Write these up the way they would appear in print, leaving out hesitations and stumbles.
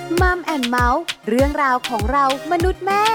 มัมแอนด์เมาส์เรื่องราวของเรามนุษย์แม่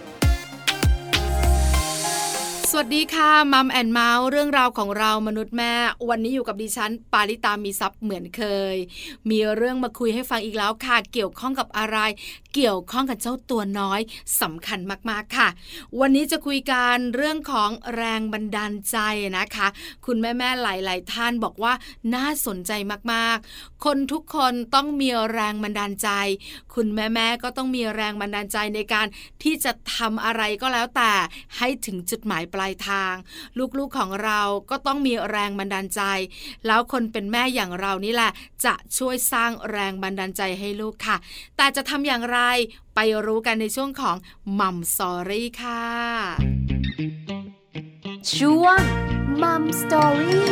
สวัสดีค่ะมัมแอนเมาส์เรื่องราวของเรามนุษย์แม่วันนี้อยู่กับดิฉันปาริตามีซัพ์เหมือนเคยมีเรื่องมาคุยให้ฟังอีกแล้วค่ะเกี่ยวข้องกับอะไรเกี่ยวข้องกับเจ้าตัวน้อยสำคัญมากๆค่ะวันนี้จะคุยกันเรื่องของแรงบันดาลใจนะคะคุณแม่ๆหลายๆท่านบอกว่าน่าสนใจมากๆคนทุกคนต้องมีแรงบันดาลใจคุณแม่ๆก็ต้องมีแรงบันดาลใจในการที่จะทำอะไรก็แล้วแต่ให้ถึงจุดหมายปลายทางลูกๆของเราก็ต้องมีแรงบันดาลใจแล้วคนเป็นแม่อย่างเรานี่แหละจะช่วยสร้างแรงบันดาลใจให้ลูกค่ะแต่จะทำอย่างไรไปรู้กันในช่วงของมัมสตอรี่ค่ะช่วงมัมสตอรี่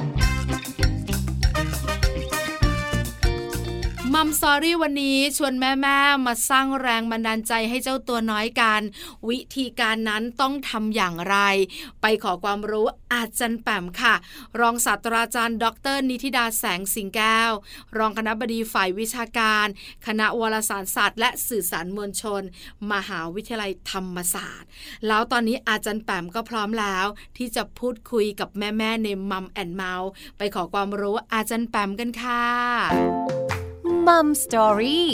มัมสตอรี่วันนี้ชวนแม่ๆมาสร้างแรงบันดาลใจให้เจ้าตัวน้อยกันวิธีการนั้นต้องทำอย่างไรไปขอความรู้อาจารย์แปมค่ะรองศาสตราจารย์ดร.นิธิดาแสงสิงแก้วรองคณบดีฝ่ายวิชาการคณะวารสารศาสตร์และสื่อสารมวลชนมหาวิทยาลัยธรรมศาสตร์แล้วตอนนี้อาจารย์แปมก็พร้อมแล้วที่จะพูดคุยกับแม่ๆในมัมแอนด์เมาส์ไปขอความรู้อาจารย์แปมกันค่ะมัมสตอรี่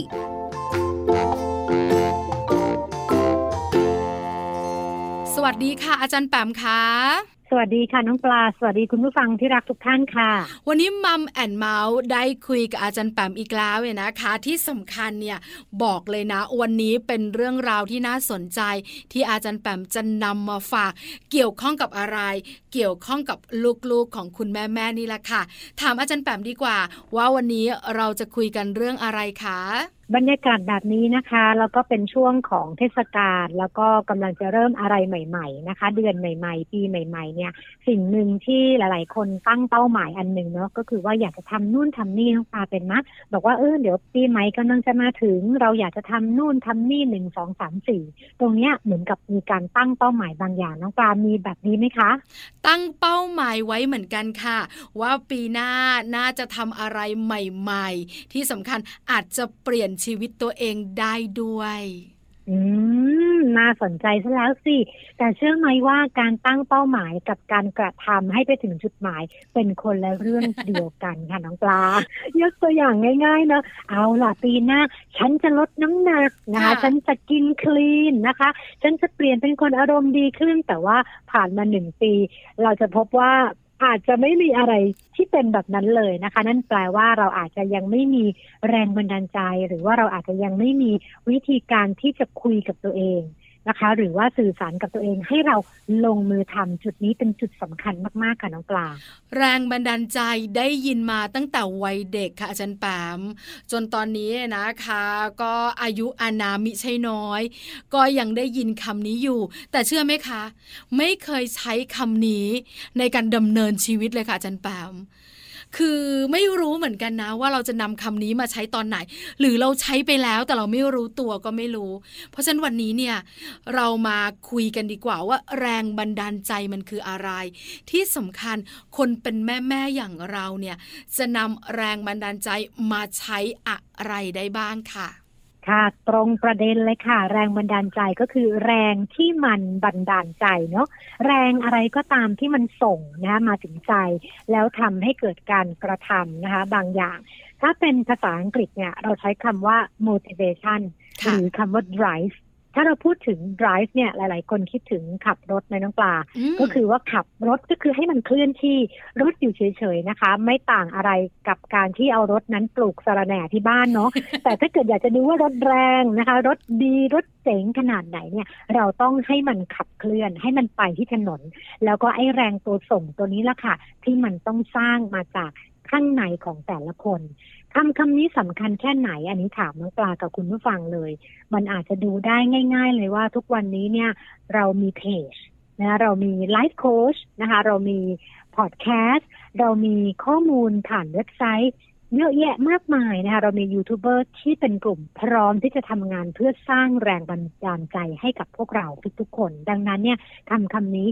สวัสดีค่ะอาจารย์แปมค่ะสวัสดีค่ะน้องปลาสวัสดีคุณผู้ฟังที่รักทุกท่านค่ะวันนี้มัมแอนด์เมาส์ได้คุยกับอาจารย์แปมอีกแล้วเนี่ยนะคะที่สำคัญเนี่ยบอกเลยนะวันนี้เป็นเรื่องราวที่น่าสนใจที่อาจารย์แปมจะนำมาฝากเกี่ยวข้องกับอะไรเกี่ยวข้องกับลูกๆของคุณแม่ๆนี่แหละค่ะถามอาจารย์แปมดีกว่าว่าวันนี้เราจะคุยกันเรื่องอะไรคะบรรยากาศแบบนี้นะคะแล้วก็เป็นช่วงของเทศกาลแล้วก็กำลังจะเริ่มอะไรใหม่ๆนะคะเดือนใหม่ๆปีใหม่ๆเนี่ยสิ่งหนึ่งที่หลายๆคนตั้งเป้าหมายอันหนึ่งเนาะก็คือว่าอยากจะทำนู่นทำนี่น้องปลาเป็นมั้ยบอกว่าเดี๋ยวปีใหม่กำลังจะมาถึงเราอยากจะทำนู่นทำนี่1 2 3 4ตรงเนี้ยเหมือนกับมีการตั้งเป้าหมายบางอย่างน้องปลามีแบบนี้ไหมคะตั้งเป้าหมายไว้เหมือนกันค่ะว่าปีหน้าน่าจะทำอะไรใหม่ๆที่สำคัญอาจจะเปลี่ยนชีวิตตัวเองได้ด้วยน่าสนใจซะแล้วสิแต่เชื่อไหมว่าการตั้งเป้าหมายกับการกระทำให้ไปถึงจุดหมายเป็นคนละเรื่องเดียวกันค่ะน้องปลายกตัวอย่างง่ายๆนะเอาล่ะปีหน้าฉันจะลดน้ำหนักนะคะฉันจะกินคลีนนะคะฉันจะเปลี่ยนเป็นคนอารมณ์ดีขึ้นแต่ว่าผ่านมา1 ปีเราจะพบว่าอาจจะไม่มีอะไรที่เป็นแบบนั้นเลยนะคะนั่นแปลว่าเราอาจจะยังไม่มีแรงบันดาลใจหรือว่าเราอาจจะยังไม่มีวิธีการที่จะคุยกับตัวเองนะคะหรือว่าสื่อสารกับตัวเองให้เราลงมือทำจุดนี้เป็นจุดสำคัญมากๆค่ะน้องปลาแรงบันดาลใจได้ยินมาตั้งแต่วัยเด็กค่ะอาจารย์แปมจนตอนนี้นะคะก็อายุอานามิใช่น้อยก็ยังได้ยินคำนี้อยู่แต่เชื่อไหมคะไม่เคยใช้คำนี้ในการดำเนินชีวิตเลยค่ะอาจารย์แปมคือไม่รู้เหมือนกันนะว่าเราจะนำคำนี้มาใช้ตอนไหนหรือเราใช้ไปแล้วแต่เราไม่รู้ตัวก็ไม่รู้เพราะฉะนั้นวันนี้เนี่ยเรามาคุยกันดีกว่าว่าแรงบันดาลใจมันคืออะไรที่สำคัญคนเป็นแม่ๆอย่างเราเนี่ยจะนำแรงบันดาลใจมาใช้อะไรได้บ้างค่ะค่ะตรงประเด็นเลยค่ะแรงบันดาลใจก็คือแรงที่มันบันดาลใจเนาะแรงอะไรก็ตามที่มันส่งนะคะมาถึงใจแล้วทำให้เกิดการกระทำนะคะบางอย่างถ้าเป็นภาษาอังกฤษเนี่ยเราใช้คำว่า motivation หรือคำว่า drive ถ้าเราพูดถึง drive เนี่ยหลายๆคนคิดถึงขับรถในน้องปลาก็คือว่าขับรถก็คือให้มันเคลื่อนที่รถอยู่เฉยๆนะคะไม่ต่างอะไรกับการที่เอารถนั้นปลูกสะระแหน่ที่บ้านเนาะ แต่ถ้าเกิดอยากจะดูว่ารถแรงนะคะรถดีรถเจ๋งขนาดไหนเนี่ยเราต้องให้มันขับเคลื่อนให้มันไปที่ถนนแล้วก็ไอ้แรงตัวส่งตัวนี้ละค่ะที่มันต้องสร้างมาจากข้างในของแต่ละคนคำนี้สำคัญแค่ไหนอันนี้ถามน้องปลากับคุณผู้ฟังเลยมันอาจจะดูได้ง่ายๆเลยว่าทุกวันนี้เนี่ยเรามีเพจนะเรามีไลฟ์โค้ชนะคะเรามีพอดแคสต์เรามีข้อมูลผ่านเว็บไซต์เยอะแยะมากมายนะคะเรามียูทูบเบอร์ที่เป็นกลุ่มพร้อมที่จะทำงานเพื่อสร้างแรงบันดาลใจให้กับพวกเราทุกๆคนดังนั้นเนี่ยคำนี้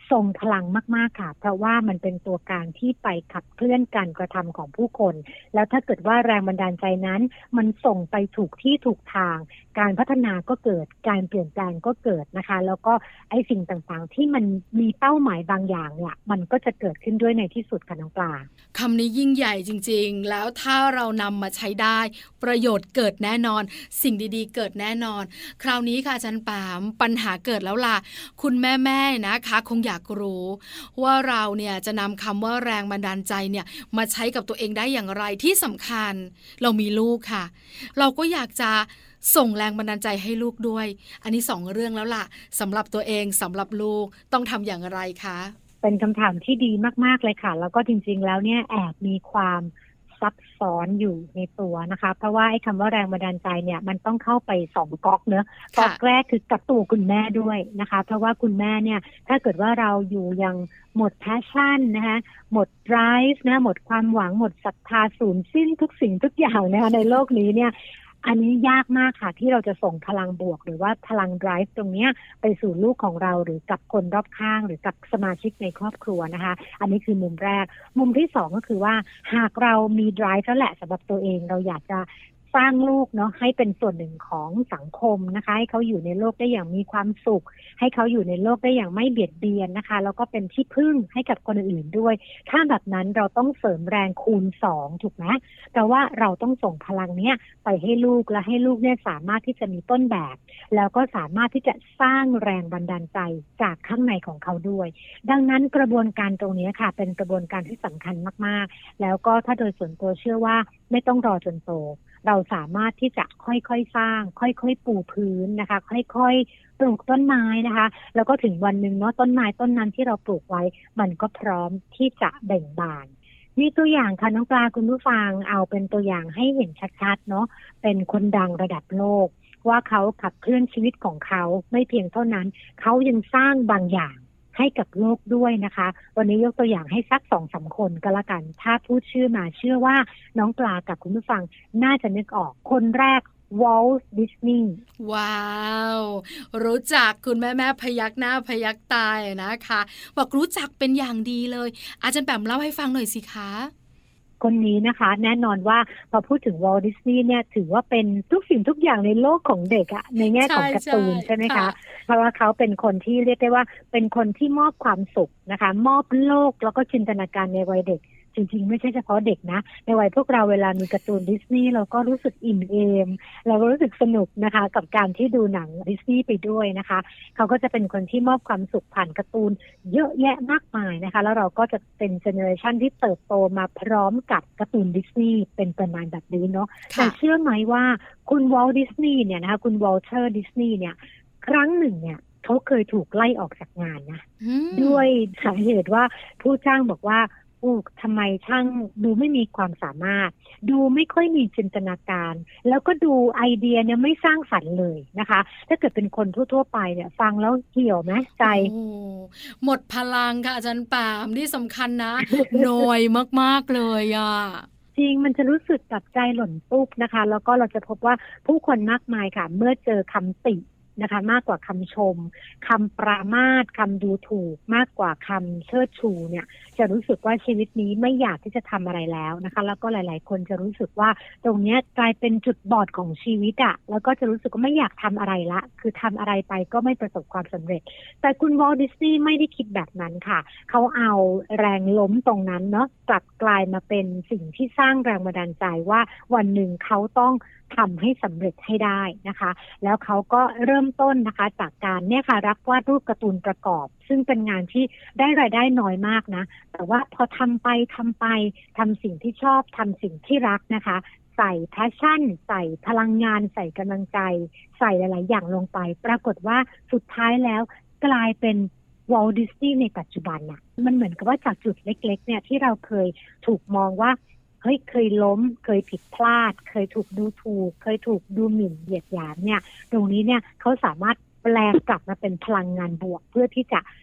ทรงพลังมากๆค่ะเพราะว่ามันเป็นตัวกลางที่ไปขับเคลื่อนการกระทำของผู้คนแล้วถ้าเกิดว่าแรงบันดาลใจนั้นมันส่งไปถูกที่ถูกทางการพัฒนาก็เกิดการเปลี่ยนแปลงก็เกิดนะคะแล้วก็ไอ้สิ่งต่างๆที่มันมีเป้าหมายบางอย่างเนี่ยมันก็จะเกิดขึ้นด้วยในที่สุดค่ะน้องปลาคำนี้ยิ่งใหญ่จริงๆแล้วถ้าเรานำมาใช้ได้ประโยชน์เกิดแน่นอนสิ่งดีๆเกิดแน่นอนคราวนี้ค่ะอาจารย์ปามปัญหาเกิดแล้วล่ะคุณแม่ๆนะคะคงอยากรู้ว่าเราเนี่ยจะนำคำว่าแรงบันดาลใจเนี่ยมาใช้กับตัวเองได้อย่างไรที่สำคัญเรามีลูกค่ะเราก็อยากจะส่งแรงบันดาลใจให้ลูกด้วยอันนี้2เรื่องแล้วล่ะสำหรับตัวเองสำหรับลูกต้องทำอย่างไรคะเป็นคำถามที่ดีมากๆเลยค่ะแล้วก็จริงๆแล้วเนี่ยแอบมีความซับซ้อนอยู่ในตัวนะคะเพราะว่าไอ้คำว่าแรงบันดาลใจเนี่ยมันต้องเข้าไป2ก๊อกเนอะก๊อกแรกคือกับตัวคุณแม่ด้วยนะคะเพราะว่าคุณแม่เนี่ยถ้าเกิดว่าเราอยู่ยังหมด passion นะคะหมด drive นะหมดความหวังหมดศรัทธาสูญสิ้นทุกสิ่งทุกอย่างนะคะในโลกนี้เนี่ยอันนี้ยากมากค่ะที่เราจะส่งพลังบวกหรือว่าพลัง drive ตรงนี้ไปสู่ลูกของเราหรือกับคนรอบข้างหรือกับสมาชิกในครอบครัวนะคะอันนี้คือมุมแรกมุมที่2ก็คือว่าหากเรามี drive แล้วแหละสำหรับตัวเองเราอยากจะสร้างลูกเนาะให้เป็นส่วนหนึ่งของสังคมนะคะให้เขาอยู่ในโลกได้อย่างมีความสุขให้เขาอยู่ในโลกได้อย่างไม่เบียดเบียนนะคะแล้วก็เป็นที่พึ่งให้กับคนอื่นด้วยถ้าแบบนั้นเราต้องเสริมแรงคูณ2ถูกไหมแต่ว่าเราต้องส่งพลังเนี้ยไปให้ลูกและให้ลูกเนี่ยสามารถที่จะมีต้นแบบแล้วก็สามารถที่จะสร้างแรงบันดาลใจจากข้างในของเขาด้วยดังนั้นกระบวนการตรงนี้ค่ะเป็นกระบวนการที่สำคัญมากๆแล้วก็ถ้าโดยส่วนตัวเชื่อว่าไม่ต้องรอจนโตเราสามารถที่จะค่อยๆสร้างค่อยๆปูพื้นนะคะค่อยๆปลูกต้นไม้นะคะแล้วก็ถึงวันหนึ่งเนาะต้นไม้ต้นนั้นที่เราปลูกไว้มันก็พร้อมที่จะเบ่งบานมีตัวอย่างค่ะน้องปลาคุณผู้ฟังเอาเป็นตัวอย่างให้เห็นชัดๆเนาะเป็นคนดังระดับโลกว่าเขาขับเคลื่อนชีวิตของเขาไม่เพียงเท่านั้นเขายังสร้างบางอย่างให้กับโลกด้วยนะคะวันนี้ยกตัวอย่างให้สัก 2-3 คนก็แล้วกันถ้าพูดชื่อมาเชื่อว่าน้องปลากับคุณผู้ฟังน่าจะนึกออกคนแรกวอลต์ดิสนีย์ว้าวรู้จักคุณแม่พยักหน้าพยักตานะคะบอกรู้จักเป็นอย่างดีเลยอาจารย์แปมเล่าให้ฟังหน่อยสิคะคนนี้นะคะแน่นอนว่าพอพูดถึงวอลต์ดิสนีย์เนี่ยถือว่าเป็นทุกสิ่งทุกอย่างในโลกของเด็กอะในแง่ของการ์ตูนใช่ไหมคะเพราะว่าเขาเป็นคนที่เรียกได้ว่าเป็นคนที่มอบความสุขนะคะมอบโลกแล้วก็จินตนาการในวัยเด็กจริงๆไม่ใช่เฉพาะเด็กนะในวัยพวกเราเวลามีการ์ตูนดิสนีย์เราก็รู้สึกอิ่มเอมเราก็รู้สึกสนุกนะคะกับการที่ดูหนังดิสนีย์ไปด้วยนะคะเขาก็จะเป็นคนที่มอบความสุขผ่านการ์ตูนเยอะแยะมากมายนะคะแล้วเราก็จะเป็นเจเนอเรชันที่เติบโตมาพร้อมกับการ์ตูนดิสนีย์เป็นประมาณแบบนี้เนาะแต่เชื่อไหมว่าคุณวอลต์ดิสนีย์เนี่ยนะคะคุณวอลเตอร์ดิสนีย์เนี่ยครั้งหนึ่งเนี่ยเขาเคยถูกไล่ออกจากงานนะด้วยสาเหตุว่าผู้จ้างบอกว่าทำไมช่างดูไม่มีความสามารถดูไม่ค่อยมีจินตนาการแล้วก็ดูไอเดียเนี่ยไม่สร้างสรรค์เลยนะคะถ้าเกิดเป็นคนทั่วๆไปเนี่ยฟังแล้วเหี่ยวไหมใจหมดพลังค่ะอาจารย์ปามที่สำคัญนะ หน่อยมากๆเลยอ่ะจริงมันจะรู้สึกกับใจหล่นปุ๊บนะคะแล้วก็เราจะพบว่าผู้คนมากมายค่ะเมื่อเจอคำตินะคะมากกว่าคำชมคำปรามาสคำดูถูกมากกว่าคำเชิดชูเนี่ยจะรู้สึกว่าชีวิตนี้ไม่อยากที่จะทำอะไรแล้วนะคะแล้วก็หลายๆคนจะรู้สึกว่าตรงนี้กลายเป็นจุดบอดของชีวิตอะแล้วก็จะรู้สึกว่าไม่อยากทำอะไรละคือทำอะไรไปก็ไม่ประสบความสำเร็จแต่คุณวอลต์ดิสนีย์ไม่ได้คิดแบบนั้นค่ะเขาเอาแรงล้มตรงนั้นเนาะกลับกลายมาเป็นสิ่งที่สร้างแรงบันดาลใจว่าวันหนึ่งเขาต้องทำให้สำเร็จให้ได้นะคะแล้วเขาก็เริ่มต้นนะคะจากการเนี่ยค่ะรับวาดรูปการ์ตูนประกอบซึ่งเป็นงานที่ได้รายได้น้อยมากนะแต่ว่าพอทำไปทำสิ่งที่ชอบทำสิ่งที่รักนะคะใส่แพชชั่นใส่พลังงานใส่กำลังใจใส่หลายๆอย่างลงไปปรากฏว่าสุดท้ายแล้วกลายเป็นวอลต์ดิสนีย์ในปัจจุบันน่ะมันเหมือนกับว่าจากจุดเล็กๆเนี่ยที่เราเคยถูกมองว่าเฮ้ยเคยล้มเคยผิดพลาดเคยถูกดูถูกเคยถูกดูหมิ่นเหยียดหยามเนี่ยตรงนี้เนี่ยเขาสามารถแปลงกลับมาเป็นพลังงานบวกเพื่อที่จะ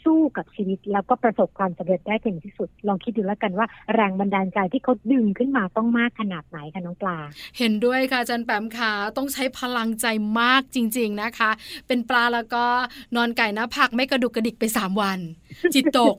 สู้กับชีวิตแล้วก็ประสบความสำเร็จได้ถึงที่สุดลองคิดดูแล้วกันว่าแรงบันดาลใจที่เขาดึงขึ้นมาต้องมากขนาดไหนคะน้องปลาเห็นด้วยค่ะอาจารย์แปมค่ะต้องใช้พลังใจมากจริงๆนะคะเป็นปลาแล้วก็นอนไก่หน้าผักไม่กระดุกกระดิกไป3วันจิตตก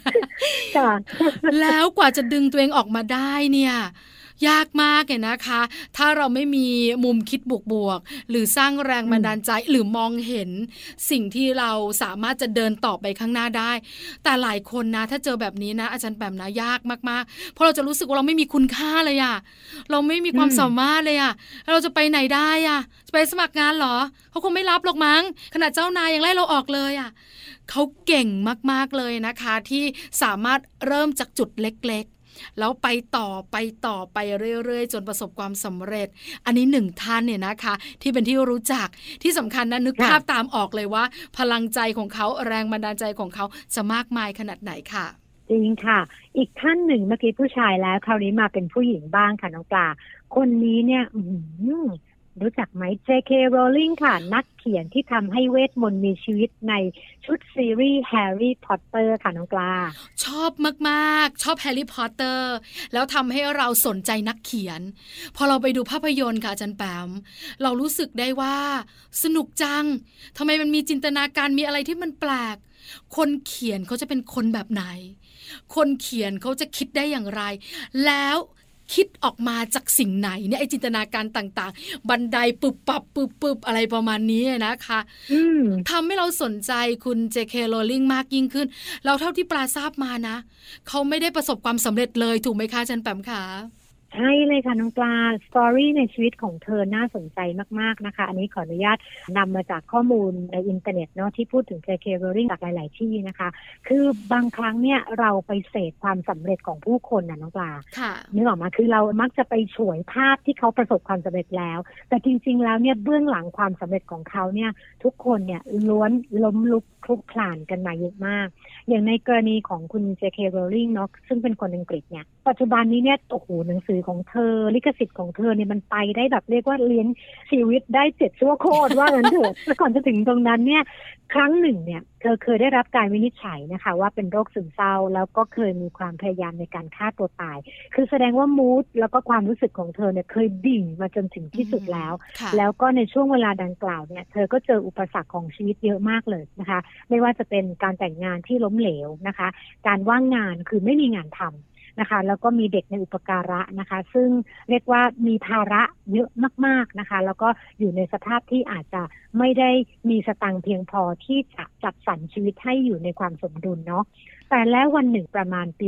แล้วกว่าจะดึงตัวเองออกมาได้เนี่ยยากมากเลยนะคะถ้าเราไม่มีมุมคิดบวกๆหรือสร้างแรงบันดาลใจหรือมองเห็นสิ่งที่เราสามารถจะเดินต่อไปข้างหน้าได้แต่หลายคนนะถ้าเจอแบบนี้นะอาจารย์แปมนะยากมากๆเพราะเราจะรู้สึกว่าเราไม่มีคุณค่าเลยอะเราไม่มีความสามารถเลยอะเราจะไปไหนได้อะจะไปสมัครงานเหรอเขาคงไม่รับหรอกมั้งขนาดเจ้านายยังไล่เราออกเลยอะเขาเก่งมากๆเลยนะคะที่สามารถเริ่มจากจุดเล็กๆแล้วไปต่อไปเรื่อยๆจนประสบความสำเร็จอันนี้หนึ่งท่านเนี่ยนะคะที่เป็นที่รู้จักที่สำคัญนะนึกภาพตามออกเลยว่าพลังใจของเขาแรงบันดาลใจของเขาจะมากมายขนาดไหนค่ะจริงค่ะอีกท่านหนึ่งเมื่อกี้ผู้ชายแล้วคราวนี้มาเป็นผู้หญิงบ้างค่ะน้องปลาคนนี้เนี่ยรู้จักไหม J.K. Rowling ค่ะนักเขียนที่ทำให้เวทมนต์มีชีวิตในชุดซีรีส์ Harry Potter ค่ะน้องปลาชอบมากๆชอบ Harry Potter แล้วทำให้เราสนใจนักเขียนพอเราไปดูภาพยนตร์ค่ะอาจารย์แปมเรารู้สึกได้ว่าสนุกจังทำไมมันมีจินตนาการมีอะไรที่มันแปลกคนเขียนเขาจะเป็นคนแบบไหนคนเขียนเขาจะคิดได้อย่างไรแล้วคิดออกมาจากสิ่งไหนเนี่ยไอจินตนาการต่างๆบันไดปึบปับปึบปึบอะไรประมาณนี้นะคะทำให้เราสนใจคุณ J.K. Rowling มากยิ่งขึ้นแล้วเท่าที่ปลาทราบมานะเขาไม่ได้ประสบความสำเร็จเลยถูกไหมคะอาจารย์แปมคะใช่เลยค่ะน้องปลาสตอรี่ในชีวิตของเธอน่าสนใจมากๆนะคะอันนี้ขออนุญาตนำมาจากข้อมูลในอินเทอร์เน็ตเนาะที่พูดถึง J.K. Rowling จากหลายๆที่นะคะคือบางครั้งเนี่ยเราไปเสพความสำเร็จของผู้คนนะน้องปลานึกออกมาคือเรามักจะไปฉวยภาพที่เขาประสบความสำเร็จแล้วแต่จริงๆแล้วเนี่ยเบื้องหลังความสำเร็จของเขาเนี่ยทุกคนเนี่ยล้วนล้มลุกคลุกคลานกันมาเยอะมากอย่างในกรณีของคุณ J.K. Rowling เนาะซึ่งเป็นคนอังกฤษเนี่ยปัจจุบันนี้เนี่ยโอ้โหหนังสือของเธอลิขสิทธิ์ของเธอเนี่ยมันไปได้แบบเรียกว่าเลี้ยงชีวิตได้7ชั่วโคตรว่างั้นเถอะแล้วก่อนจะถึงตรงนั้นเนี่ยครั้งหนึ่งเนี่ยเธอเคยได้รับการวินิจฉัยนะคะว่าเป็นโรคซึมเศร้าแล้วก็เคยมีความพยายามในการฆ่าตัวตายคือแสดงว่ามูดแล้วก็ความรู้สึกของเธอเนี่ยเคยดิ่งมาจนถึงที่สุดแล้วก็ในช่วงเวลาดังกล่าวเนี่ยเธอก็เจออุปสรรคของชีวิตเยอะมากเลยนะคะไม่ว่าจะเป็นการแต่งงานที่ล้มเหลวนะคะการว่างงานคือไม่มีงานทำนะคะแล้วก็มีเด็กในอุปการะนะคะซึ่งเรียกว่ามีภาระเยอะมากๆนะคะแล้วก็อยู่ในสภาพที่อาจจะไม่ได้มีสตังค์เพียงพอที่จะจัดสรรชีวิตให้อยู่ในความสมดุลเนาะแต่แล้ววันหนึ่งประมาณปี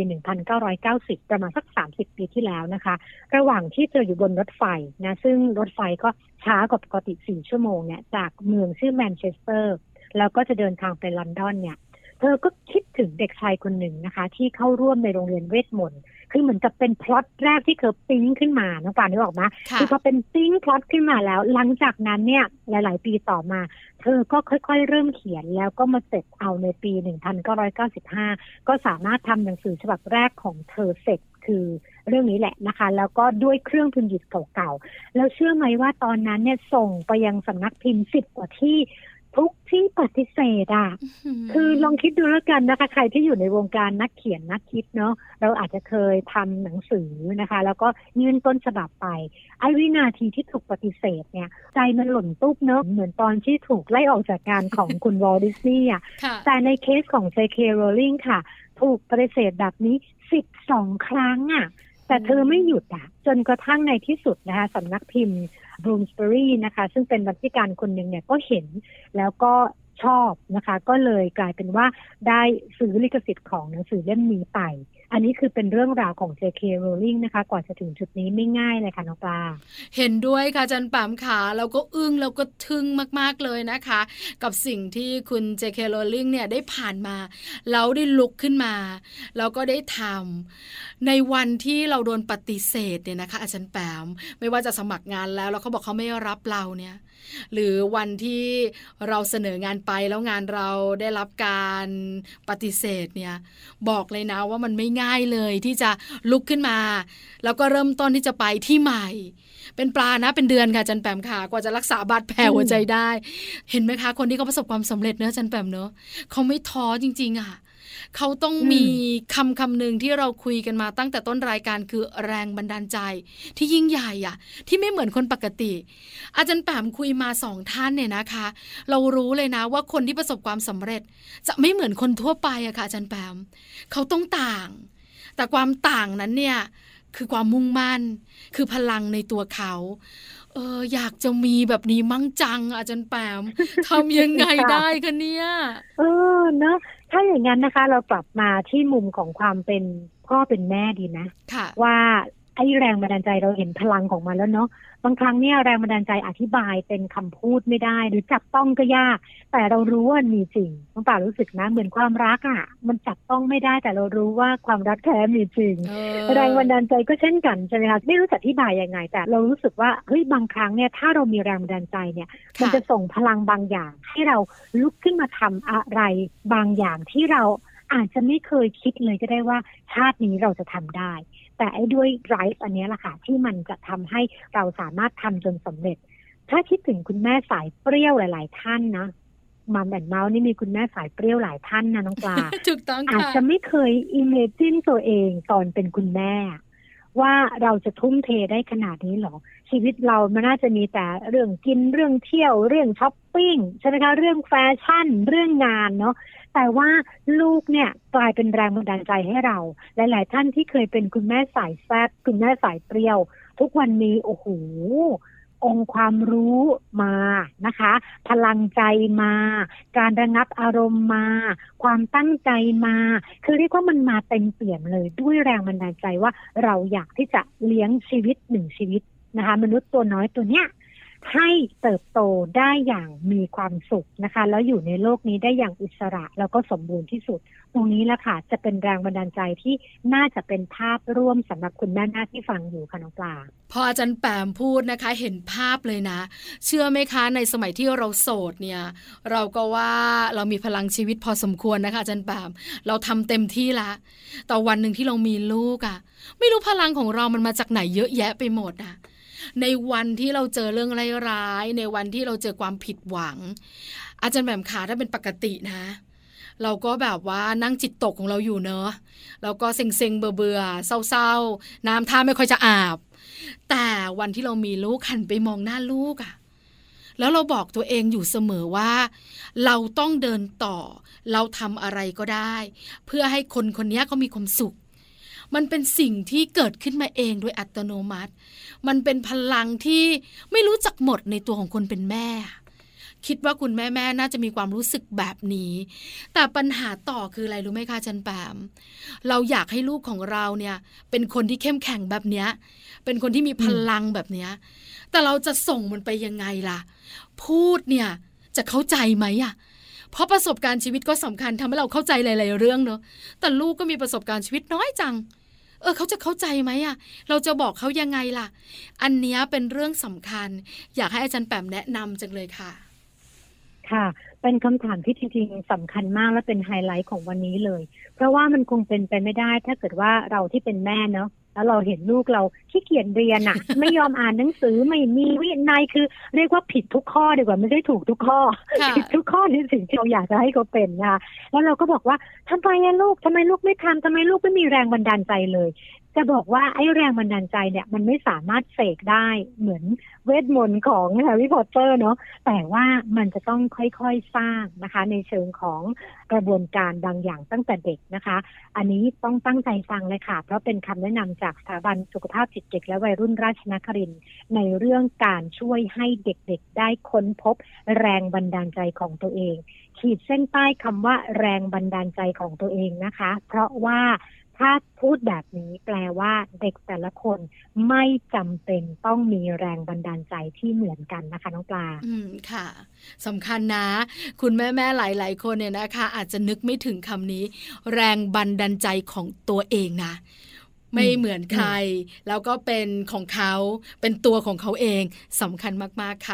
1990 ประมาณสัก30 ปีที่แล้วนะคะระหว่างที่เธออยู่บนรถไฟนะซึ่งรถไฟก็ช้ากว่าปกติ4 ชั่วโมงเนี่ยจากเมืองชื่อแมนเชสเตอร์แล้วก็จะเดินทางไปลอนดอนเนี่ยเธอก็คิดถึงเด็กชายคนหนึ่งนะคะที่เข้าร่วมในโรงเรียนเวทมนต์คือเหมือนกับเป็นพล็อตแรกที่เธอปิ๊งขึ้นมาน้องปานนึกออกไหมคือพอเป็นปิ๊งพล็อตขึ้นมาแล้วหลังจากนั้นเนี่ยหลายๆปีต่อมาเธอก็ค่อยๆเริ่มเขียนแล้วก็มาเสร็จเอาในปี 1995 ก็สามารถทำหนังสือฉบับแรกของเธอเสร็จคือเรื่องนี้แหละนะคะแล้วก็ด้วยเครื่องพิมพ์ดิบเก่าๆแล้วเชื่อไหมว่าตอนนั้นเนี่ยส่งไปยังสำนักพิมพ์10 กว่าที่ทุกที่ปฏิเสธคือลองคิดดูแล้วกันนะคะใครที่อยู่ในวงการนักเขียนนักคิดเนาะเราอาจจะเคยทำหนังสือนะคะแล้วก็ยื่นต้นฉบับไปไอ้วินาทีที่ถูกปฏิเสธเนี่ยใจมันหล่นตุ๊บเนาะเหมือนตอนที่ถูกไล่ออกจากงานของคุณวอลดิสนีย์แต่ในเคสของ J.K. Rowling ค่ะถูกปฏิเสธแบบนี้12 ครั้งแต่เธอไม่หยุดจนกระทั่งในที่สุดนะคะสำนักพิมพ์Bloomsbury นะคะซึ่งเป็นบรรณาธิการคนหนึ่งเนี่ยก็เห็นแล้วก็ชอบนะคะก็เลยกลายเป็นว่าได้ซื้อลิขสิทธิ์ของหนังสือเล่มนี้ไปอันนี้คือเป็นเรื่องราวของ J.K. Rowling นะคะก่อนจะถึงจุดนี้ไม่ง่ายเลยค่ะน้องปลาเห็นด้วยค่ะอาจารย์ปามขาแล้วก็อึ้งแล้วก็ทึ่งมากๆเลยนะคะกับสิ่งที่คุณ J.K. Rowling เนี่ยได้ผ่านมาแล้วได้ลุกขึ้นมาแล้วก็ได้ทำในวันที่เราโดนปฏิเสธเนี่ยนะคะอาจารย์ปามไม่ว่าจะสมัครงานแล้วเขาบอกเขาไม่รับเราเนี่ยหรือวันที่เราเสนองานไปแล้วงานเราได้รับการปฏิเสธเนี่ยบอกเลยนะว่ามันไม่ง่ายๆเลยที่จะลุกขึ้นมาแล้วก็เริ่มต้นที่จะไปที่ใหม่เป็นปลานะเป็นเดือนค่ะจันแปมค่ะกว่าจะรักษาบาดแผลหัวใจได้เห็นไหมคะคนที่เขาประสบความสำเร็จเนอะจันแปมเนอะเขาไม่ท้อจริงๆอ่ะเขาต้องมีคำหนึ่งที่เราคุยกันมาตั้งแต่ต้นรายการคือแรงบันดาลใจที่ยิ่งใหญ่อ่ะที่ไม่เหมือนคนปกติอาจารย์แปมคุยมา2ท่านเนี่ยนะคะเรารู้เลยนะว่าคนที่ประสบความสำเร็จจะไม่เหมือนคนทั่วไปอะค่ะอาจารย์แปมเขาต้องต่างแต่ความต่างนั้นเนี่ยคือความมุ่งมั่นคือพลังในตัวเขาอยากจะมีแบบนี้มั่งจังอาจารย์แปมทำยังไงได้คะเนี่ยเนาะถ้าอย่างนั้นนะคะเรากลับมาที่มุมของความเป็นพ่อเป็นแม่ดีนะว่าไอ้แรงบันดาลใจเราเห็นพลังของมันแล้วเนาะบางครั้งเนี่ยแรงบันดาลใจอธิบายเป็นคำพูดไม่ได้หรือจับต้องก็ยากแต่เรารู้ว่ามีจริงน้องป่ารู้สึกนะเหมือนความรักอ่ะมันจับต้องไม่ได้แต่เรารู้ว่าความรักแท้มีจริงแรงบันดาลใจก็เช่นกันใช่ไหมคะไม่รู้จะอธิบายยังไงแต่เรารู้สึกว่าเฮ้ยบางครั้งเนี่ยถ้าเรามีแรงบันดาลใจเนี่ยมันจะส่งพลังบางอย่างให้เราลุกขึ้นมาทำอะไรบางอย่างที่เราอาจจะไม่เคยคิดเลยก็ได้ว่าชาตินี้เราจะทำได้แต่ไอ้ด้วยไดรฟ์อันนี้แหละค่ะที่มันจะทำให้เราสามารถทำจนสำเร็จถ้าคิดถึงคุณแม่สายเปรี้ยวหลายๆท่านนะมัมแอนด์เมาส์นี่มีคุณแม่สายเปรี้ยวหลายท่านนะน้องปลาถูกต้องค่ะอาจจะไม่เคยอิมเมจินตัวเองตอนเป็นคุณแม่ว่าเราจะทุ่มเทได้ขนาดนี้หรอชีวิตเรามันน่าจะมีแต่เรื่องกินเรื่องเที่ยวเรื่องช้อปปิ้งใช่ไหมคะเรื่องแฟชั่นเรื่องงานเนาะแต่ว่าลูกเนี่ยกลายเป็นแรงบันดาลใจให้เราหลายๆท่านที่เคยเป็นคุณแม่สายแซ่บคุณแม่สายเปรี้ยวทุกวันนี้โอ้โหองค์ความรู้มานะคะพลังใจมาการระงับอารมณ์มาความตั้งใจมาคือเรียกว่ามันมาเต็มเปี่ยมเลยด้วยแรงบันดาลใจว่าเราอยากที่จะเลี้ยงชีวิตหนึ่งชีวิตนะคะมนุษย์ตัวน้อยตัวเนี้ยให้เติบโตได้อย่างมีความสุขนะคะแล้วอยู่ในโลกนี้ได้อย่างอิสระแล้วก็สมบูรณ์ที่สุดตรงนี้แหละค่ะจะเป็นแรงบันดาลใจที่น่าจะเป็นภาพร่วมสำหรับคุณแม่ที่ฟังอยู่ค่ะน้องปลาพออาจารย์แปมพูดนะคะเห็นภาพเลยนะเชื่อไหมคะในสมัยที่เราโสดเนี่ยเราก็ว่าเรามีพลังชีวิตพอสมควรนะคะอาจารย์แปมเราทำเต็มที่ละแต่วันหนึ่งที่เรามีลูกไม่รู้พลังของเรามันมาจากไหนเยอะแยะไปหมดในวันที่เราเจอเรื่องร้ายๆในวันที่เราเจอความผิดหวังอาจารย์แปมขาถ้าเป็นปกตินะเราก็แบบว่านั่งจิตตกของเราอยู่เนอะแล้วก็เซ็งๆเบื่อๆเศร้าๆน้ำท่าไม่ค่อยจะอาบแต่วันที่เรามีลูกหันไปมองหน้าลูกแล้วเราบอกตัวเองอยู่เสมอว่าเราต้องเดินต่อเราทำอะไรก็ได้เพื่อให้คนคนนี้เขามีความสุขมันเป็นสิ่งที่เกิดขึ้นมาเองโดยอัตโนมัติมันเป็นพลังที่ไม่รู้จักหมดในตัวของคนเป็นแม่คิดว่าคุณแม่น่าจะมีความรู้สึกแบบนี้แต่ปัญหาต่อคืออะไรรู้ไหมคะจันแปมเราอยากให้ลูกของเราเนี่ยเป็นคนที่เข้มแข็งแบบเนี้ยเป็นคนที่มีพลังแบบเนี้ยแต่เราจะส่งมันไปยังไงล่ะพูดเนี่ยจะเข้าใจไหมเพราะประสบการณ์ชีวิตก็สำคัญทำให้เราเข้าใจหลายๆเรื่องเนอะแต่ลูกก็มีประสบการณ์ชีวิตน้อยจังเขาจะเข้าใจไหมเราจะบอกเขายังไงล่ะอันเนี้ยเป็นเรื่องสำคัญอยากให้อาจารย์แปมแนะนำจังเลยค่ะค่ะเป็นคำถามที่จริงๆสำคัญมากและเป็นไฮไลท์ของวันนี้เลยเพราะว่ามันคงเป็นไปไม่ได้ถ้าเกิดว่าเราที่เป็นแม่เนาะแล้วเราเห็นลูกเราขี้เกียจเรียนไม่ยอมอ่านหนังสือไม่มีวินัยคือเรียกว่าผิดทุกข้อดีกว่าไม่ใช่ถูกทุกข้อ ผิดทุกข้อในสิ่งที่เราอยากจะให้เขาเป็นนะคะแล้วเราก็บอกว่าทำไมลูกทำไมลูกไม่ทำทำไมลูกไม่มีแรงบันดาลใจเลยจะบอกว่าไอ้แรงบันดาลใจเนี่ยมันไม่สามารถเสกได้เหมือนเวทมนต์ของแฮร์รี่พอตเตอร์เนาะแต่ว่ามันจะต้องค่อยๆสร้างนะคะในเชิงของกระบวนการบางอย่างตั้งแต่เด็กนะคะอันนี้ต้องตั้งใจฟังเลยค่ะเพราะเป็นคำแนะนำจากสถาบันสุขภาพจิตเด็กและวัยรุ่นราชนครินทร์ในเรื่องการช่วยให้เด็กๆได้ค้นพบแรงบันดาลใจของตัวเองขีดเส้นใต้คำว่าแรงบันดาลใจของตัวเองนะคะเพราะว่าถ้าพูดแบบนี้แปลว่าเด็กแต่ละคนไม่จำเป็นต้องมีแรงบันดาลใจที่เหมือนกันนะคะน้องปลาค่ะสำคัญนะคุณแม่ๆหลายๆคนเนี่ยนะคะอาจจะนึกไม่ถึงคำนี้แรงบันดาลใจของตัวเองนะไม่เหมือนใครแล้วก็เป็นของเขาเป็นตัวของเขาเองสำคัญมากๆค่ะใ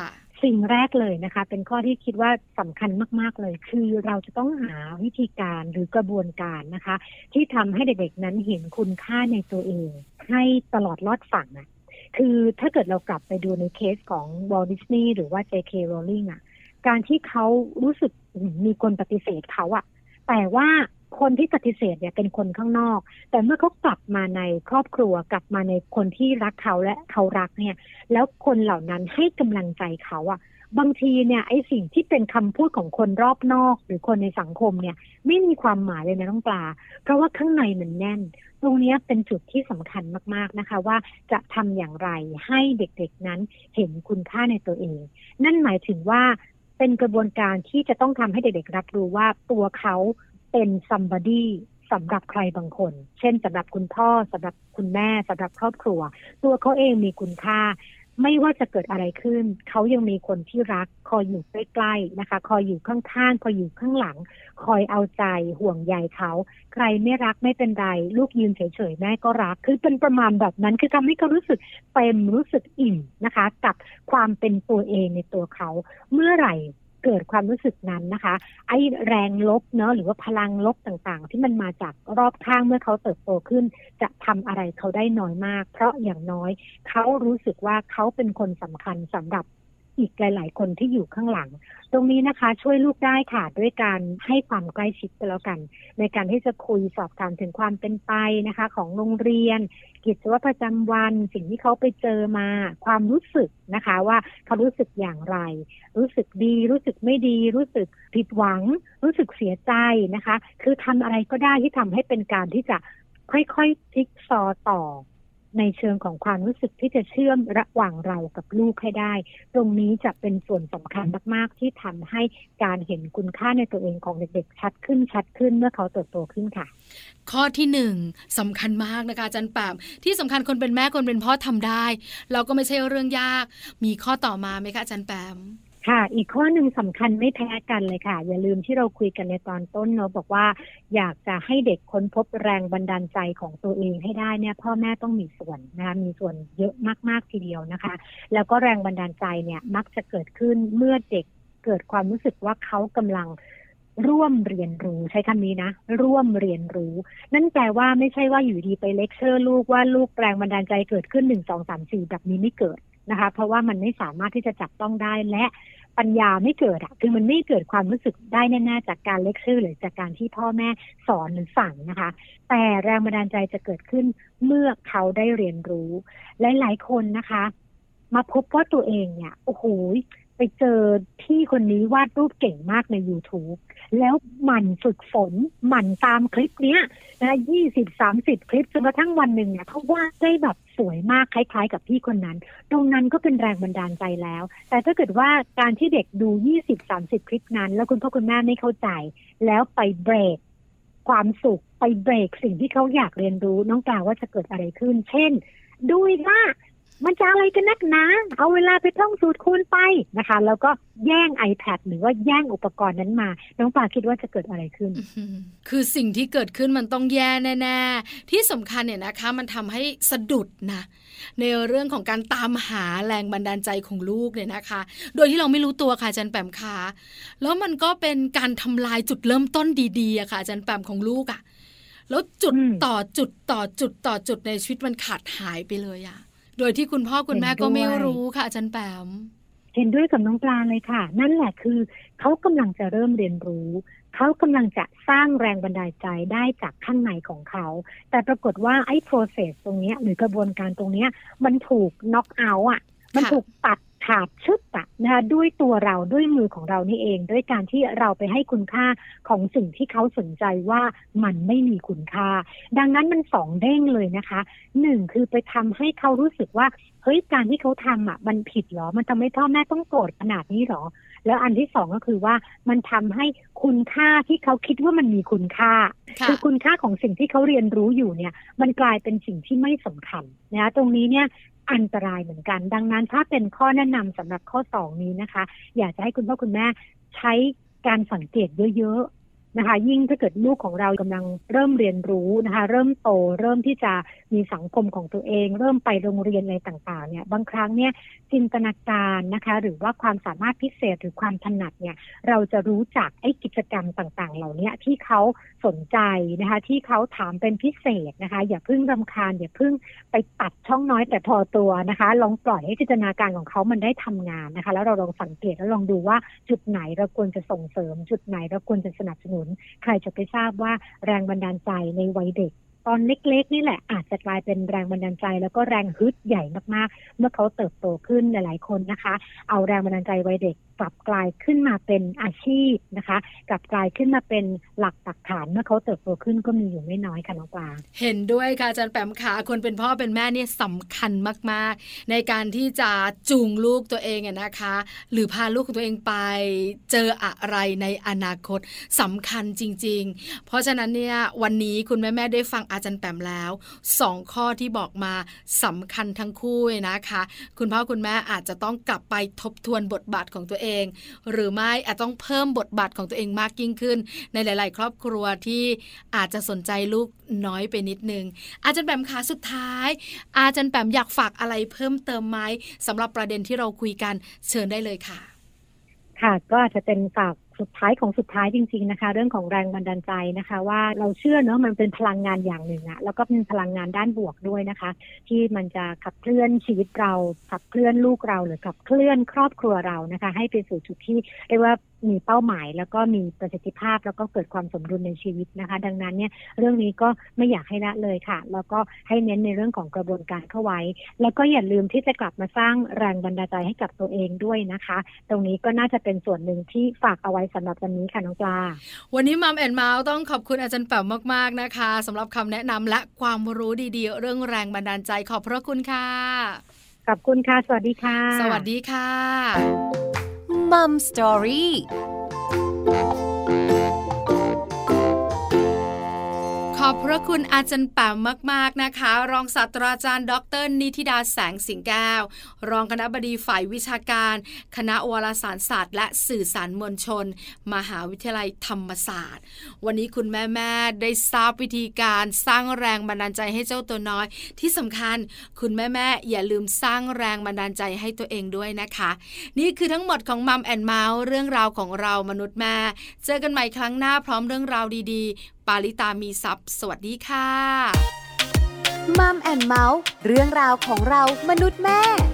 สิ่งแรกเลยนะคะเป็นข้อที่คิดว่าสำคัญมากๆเลยคือเราจะต้องหาวิธีการหรือกระบวนการนะคะที่ทำให้เด็กๆนั้นเห็นคุณค่าในตัวเองให้ตลอดรอดฝั่งนะคือถ้าเกิดเรากลับไปดูในเคสของวอลต์ ดิสนีย์หรือว่า J.K. Rowling การที่เขารู้สึกมีคนปฏิเสธเขาแต่ว่าคนที่ปฏิเสธเนี่ยเป็นคนข้างนอกแต่เมื่อเขากลับมาในครอบครัวกลับมาในคนที่รักเขาและเขารักเนี่ยแล้วคนเหล่านั้นให้กำลังใจเขาบางทีเนี่ยไอ้สิ่งที่เป็นคำพูดของคนรอบนอกหรือคนในสังคมเนี่ยไม่มีความหมายเลยนะน้องปลาเพราะว่าข้างในมันแน่นตรงนี้เป็นจุดที่สำคัญมากๆนะคะว่าจะทำอย่างไรให้เด็กๆนั้นเห็นคุณค่าในตัวเองนั่นหมายถึงว่าเป็นกระบวนการที่จะต้องทำให้เด็กๆรับรู้ว่าตัวเขาเป็น somebody สำหรับใครบางคนเช่นสำหรับคุณพ่อสำหรับคุณแม่สำหรับครอบครัวตัวเขาเองมีคุณค่าไม่ว่าจะเกิดอะไรขึ้นเขายังมีคนที่รักคอยอยู่ใกล้ๆนะคะคอยอยู่ข้างๆคอยอยู่ข้างหลังคอยเอาใจห่วงใยเขาใครไม่รักไม่เป็นไรลูกยืนเฉยๆแม่ก็รักคือเป็นประมาณแบบนั้นคือทำให้เขารู้สึกเต็มรู้สึกอิ่มนะคะกับความเป็นตัวเองในตัวเขาเมื่อไหร่เกิดความรู้สึกนั้นนะคะไอ้แรงลบเนาะหรือว่าพลังลบต่างๆที่มันมาจากรอบข้างเมื่อเขาเติบโตขึ้นจะทำอะไรเขาได้น้อยมากเพราะอย่างน้อยเขารู้สึกว่าเขาเป็นคนสำคัญสำหรับอีกหลายๆคนที่อยู่ข้างหลังตรงนี้นะคะช่วยลูกได้ค่ะด้วยการให้ความใกล้ชิดกันแล้วกันในการที่จะคุยสอบถามถึงความเป็นไปนะคะของโรงเรียนกิจวัตรประจำวันสิ่งที่เขาไปเจอมาความรู้สึกนะคะว่าเขารู้สึกอย่างไรรู้สึกดีรู้สึกไม่ดีรู้สึกผิดหวังรู้สึกเสียใจนะคะคือทำอะไรก็ได้ที่ทำให้เป็นการที่จะค่อยๆพลิกซอต่อในเชิงของความรู้สึกที่จะเชื่อมระหว่างเรากับลูกให้ได้ตรงนี้จะเป็นส่วนสำคัญมากๆที่ทำให้การเห็นคุณค่าในตัวเองของเด็กๆชัดขึ้นเมื่อเขาเติบโตขึ้นค่ะข้อที่1สำคัญมากนะคะอาจารย์แปมที่สำคัญคนเป็นแม่คนเป็นพ่อทำได้เราก็ไม่ใช่เรื่องยากมีข้อต่อมาไหมคะอาจารย์แปมค่ะอีกข้อหนึ่งสำคัญไม่แพ้กันเลยค่ะอย่าลืมที่เราคุยกันในตอนต้นเนาะบอกว่าอยากจะให้เด็กค้นพบแรงบันดาลใจของตัวเองให้ได้เนี่ยพ่อแม่ต้องมีส่วนนะคะมีส่วนเยอะมากๆทีเดียวนะคะแล้วก็แรงบันดาลใจเนี่ยมักจะเกิดขึ้นเมื่อเด็กเกิดความรู้สึกว่าเขากำลังร่วมเรียนรู้ใช้คำนี้นะร่วมเรียนรู้นั่นแปลว่าไม่ใช่ว่าอยู่ดีไปเลคเชอร์ลูกว่าลูกแรงบันดาลใจเกิดขึ้น1 2 3 4แบบนี้ไม่เกิดนะคะเพราะว่ามันไม่สามารถที่จะจับต้องได้และปัญญาไม่เกิดคือมันไม่เกิดความรู้สึกได้แน่ๆจากการเลคเชอร์หรือจากการที่พ่อแม่สอนหรือสั่งนะคะแต่แรงบันดาลใจจะเกิดขึ้นเมื่อเขาได้เรียนรู้หลายๆคนนะคะมาพบว่าตัวเองเนี่ยโอ้โหไปเจอพี่คนนี้วาดรูปเก่งมากใน YouTube แล้วหมั่นฝึกฝนหมั่นตามคลิปเนี้ยนะ20-30 คลิปจนกระทั่งวันหนึ่งเนี่ยเขาวาดได้แบบสวยมากคล้ายๆกับพี่คนนั้นตรงนั้นก็เป็นแรงบันดาลใจแล้วแต่ถ้าเกิดว่าการที่เด็กดู 20-30 คลิปนั้นแล้วคุณพ่อคุณแม่ไม่เข้าใจแล้วไปเบรกความสุขไปเบรกสิ่งที่เขาอยากเรียนรู้น้องกล่าวว่าจะเกิดอะไรขึ้นเช่นดูว่ามันจะอะไรกันนักหนาเอาเวลาไปท่องสูตรคูณไปนะคะแล้วก็แย่ง iPad หรือว่าแย่งอุปกรณ์นั้นมาน้องปาคิดว่าจะเกิดอะไรขึ้นคือสิ่งที่เกิดขึ้นมันต้องแย่แน่ๆที่สำคัญเนี่ยนะคะมันทำให้สะดุดนะในเรื่องของการตามหาแรงบันดาลใจของลูกเนี่ยนะคะโดยที่เราไม่รู้ตัวค่ะอาจารย์แปมค่ะแล้วมันก็เป็นการทำลายจุดเริ่มต้นดีๆอะค่ะอาจารย์แปมของลูกอะแล้วจุดต่อจุดต่อจุดต่อจุดในชีวิตมันขาดหายไปเลยอะโดยที่คุณพ่อคุณแม่ก็ไม่รู้ค่ะอาจารย์แปมเห็นด้วยกับน้องปลาเลยค่ะนั่นแหละคือเขากำลังจะเริ่มเรียนรู้เขากำลังจะสร้างแรงบันดาลใจได้จากข้างในของเขาแต่ปรากฏว่าไอ้ process ตรงนี้หรือกระบวนการตรงนี้มันถูก knock out มันถูกตัดขาดชึบนะคะด้วยตัวเราด้วยมือของเรานี่เองด้วยการที่เราไปให้คุณค่าของสิ่งที่เขาสนใจว่ามันไม่มีคุณค่าดังนั้นมัน2เด้งเลยนะคะ1คือไปทำให้เขารู้สึกว่าเฮ้ยการที่เขาทำมันผิดหรอมันทำให้พ่อแม่ต้องโกรธขนาดนี้หรอแล้วอันที่2ก็คือว่ามันทำให้คุณค่าที่เขาคิดว่ามันมีคุณค่าคือคุณค่าของสิ่งที่เขาเรียนรู้อยู่เนี่ยมันกลายเป็นสิ่งที่ไม่สำคัญนะคะตรงนี้เนี่ยอันตรายเหมือนกันดังนั้นถ้าเป็นข้อแนะนำสำหรับข้อ2นี้นะคะอยากจะให้คุณพ่อคุณแม่ใช้การสังเกตเยอะๆนะคะยิ่งถ้าเกิดลูกของเรากำลังเริ่มเรียนรู้นะคะเริ่มโตเริ่มที่จะมีสังคมของตัวเองเริ่มไปโรงเรียนอะไรต่างๆเนี่ยบางครั้งเนี่ยจินตนาการนะคะหรือว่าความสามารถพิเศษหรือความถนัดเนี่ยเราจะรู้จักไอ้กิจกรรมต่างๆเหล่านี้ที่เขาสนใจนะคะที่เขาถามเป็นพิเศษนะคะอย่าเพิ่งรำคาญอย่าเพิ่งไปตัดช่องน้อยแต่พอตัวนะคะลองปล่อยให้จินตนาการของเขามันได้ทำงานนะคะแล้วเราลองสังเกตแล้วลองดูว่าจุดไหนเราควรจะส่งเสริมจุดไหนเราควรจะสนับสนุนใครจะไปทราบว่าแรงบันดาลใจในวัยเด็กตอนเล็กๆนี่แหละอาจจะกลายเป็นแรงบันดาลใจแล้วก็แรงฮึดใหญ่มากๆเมื่อเขาเติบโตขึ้นหลายๆคนนะคะเอาแรงบันดาลใจวัยเด็กกลับกลายขึ้นมาเป็นอาชีพนะคะกลับกลายขึ้นมาเป็นหลักปักฐานเมื่อเขาเติบโตขึ้นก็มีอยู่ไม่น้อยค่ะน้องปลาเห็นด้วยค่ะอาจารย์แปมขาคนเป็นพ่อเป็นแม่เนี่ยสำคัญมากๆในการที่จะจูงลูกตัวเองนะคะหรือพาลูกของตัวเองไปเจออะไรในอนาคตสำคัญจริงๆเพราะฉะนั้นเนี่ยวันนี้คุณแม่ๆได้ฟังอาจารย์แปมแล้ว2ข้อที่บอกมาสำคัญทั้งคู่นะคะคุณพ่อคุณแม่อาจจะต้องกลับไปทบทวนบทบาทของตัวเองหรือไม่อาจต้องเพิ่มบทบาทของตัวเองมากยิ่งขึ้นในหลายๆครอบครัวที่อาจจะสนใจลูกน้อยไปนิดนึงอาจารย์แปมคะสุดท้ายอาจารย์แปมอยากฝากอะไรเพิ่มเติมไหมสำหรับประเด็นที่เราคุยกันเชิญได้เลยค่ะค่ะก็อาจจะเป็นฝากสุดท้ายของสุดท้ายจริงๆนะคะเรื่องของแรงบันดาลใจนะคะว่าเราเชื่อเนอะมันเป็นพลังงานอย่างหนึ่งอะแล้วก็เป็นพลังงานด้านบวกด้วยนะคะที่มันจะขับเคลื่อนชีวิตเราขับเคลื่อนลูกเราหรือขับเคลื่อนครอบครัวเรานะคะให้ไปสู่จุดที่เรียกว่ามีเป้าหมายแล้วก็มีประสิทธิภาพแล้วก็เกิดความสมดุลในชีวิตนะคะดังนั้นเนี่ยเรื่องนี้ก็ไม่อยากให้ละเลยค่ะแล้วก็ให้เน้นในเรื่องของกระบวนการเข้าไว้แล้วก็อย่าลืมที่จะกลับมาสร้างแรงบันดาลใจให้กับตัวเองด้วยนะคะตรงนี้ก็น่าจะเป็นส่วนหนึ่งที่ฝากเอาไว้สำหรับวันนี้ค่ะน้องปลาวันนี้มัมแอนด์เมาส์ต้องขอบคุณอาจารย์แป๋วมากๆนะคะสำหรับคำแนะนำและความรู้ดีๆเรื่องแรงบันดาลใจขอบพระคุณค่ะขอบคุณค่ะสวัสดีค่ะสวัสดีค่ะมัมสตอรี่ขอบพระคุณอาจารย์แป๋มมากๆนะคะรองศาสตราจารย์ดร.นิธิดาแสงสิงแก้วรองคณบดีฝ่ายวิชาการคณะวารสารศาสตร์และสื่อสารมวลชนมหาวิทยาลัยธรรมศาสตร์วันนี้คุณแม่ๆได้ทราบวิธีการสร้างแรงบันดาลใจให้เจ้าตัวน้อยที่สำคัญคุณแม่ๆอย่าลืมสร้างแรงบันดาลใจให้ตัวเองด้วยนะคะนี่คือทั้งหมดของมัมแอนด์เมาส์เรื่องราวของเรามนุษย์แม่เจอกันใหม่ครั้งหน้าพร้อมเรื่องราวดีๆปาริตามีทรัพย์สวัสดีค่ะมัมแอนด์เมาส์เรื่องราวของเรามนุษย์แม่